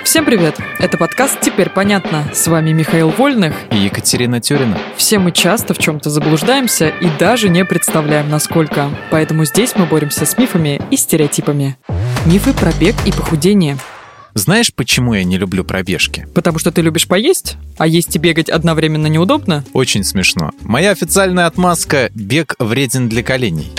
Всем привет! Это подкаст «Теперь понятно». С вами Михаил Вольных и Екатерина Тюрина. Все мы часто в чем-то заблуждаемся и даже не представляем, насколько. Поэтому здесь мы боремся с мифами и стереотипами. Мифы про бег и похудение. Знаешь, почему я не люблю пробежки? Потому что ты любишь поесть, а есть и бегать одновременно неудобно? Очень смешно. Моя официальная отмазка – бег вреден для коленей.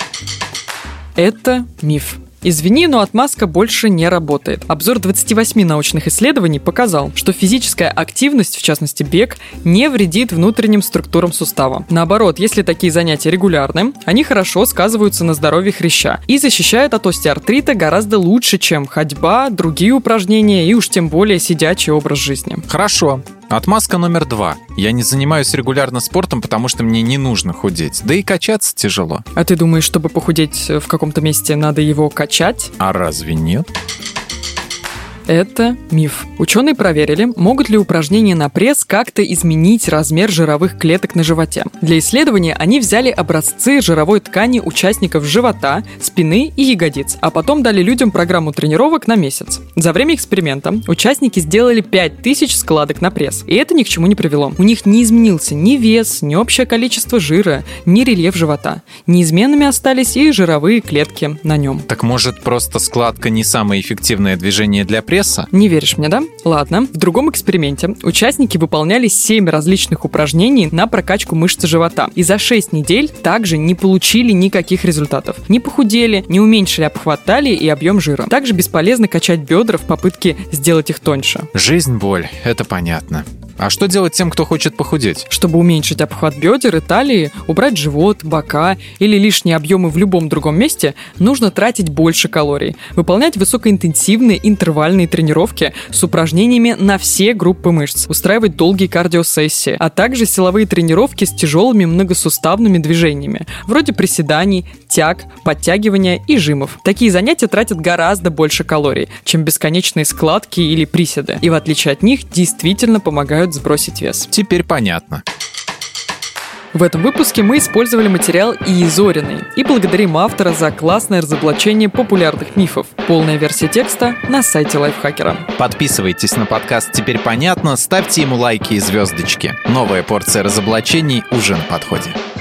Это миф. Извини, но отмазка больше не работает. Обзор 28 научных исследований показал, что физическая активность, в частности бег, не вредит внутренним структурам сустава. Наоборот, если такие занятия регулярны, они хорошо сказываются на здоровье хряща и защищают от остеоартрита гораздо лучше, чем ходьба, другие упражнения и уж тем более сидячий образ жизни. Хорошо. Отмазка номер 2. Я не занимаюсь регулярно спортом, потому что мне не нужно худеть. Да и качаться тяжело. А ты думаешь, чтобы похудеть в каком-то месте, надо его качать? А разве нет? Это миф. Ученые проверили, могут ли упражнения на пресс как-то изменить размер жировых клеток на животе. Для исследования они взяли образцы жировой ткани участников живота, спины и ягодиц, а потом дали людям программу тренировок на месяц. За время эксперимента участники сделали 5000 складок на пресс, и это ни к чему не привело. У них не изменился ни вес, ни общее количество жира, ни рельеф живота. Неизменными остались и жировые клетки на нем. Так может, просто складка не самое эффективное движение для пресса? Не веришь мне, да? Ладно. В другом эксперименте участники выполняли 7 различных упражнений на прокачку мышц живота. И за 6 недель также не получили никаких результатов. Не похудели, не уменьшили обхват талии и объем жира. Также бесполезно качать бедра в попытке сделать их тоньше. Жизнь – боль, это понятно. А что делать тем, кто хочет похудеть? Чтобы уменьшить обхват бедер и талии, убрать живот, бока или лишние объемы в любом другом месте, нужно тратить больше калорий. Выполнять высокоинтенсивные интервальные тренировки с упражнениями на все группы мышц. Устраивать долгие кардиосессии, а также силовые тренировки с тяжелыми многосуставными движениями, вроде приседаний, тяг, подтягивания и жимов. Такие занятия тратят гораздо больше калорий, чем бесконечные складки или приседы. И в отличие от них, действительно помогают сбросить вес. Теперь понятно. В этом выпуске мы использовали материал изоренный и благодарим автора за классное разоблачение популярных мифов. Полная версия текста на сайте Лайфхакера. Подписывайтесь на подкаст «Теперь понятно», ставьте ему лайки и звездочки. Новая порция разоблачений уже на подходе.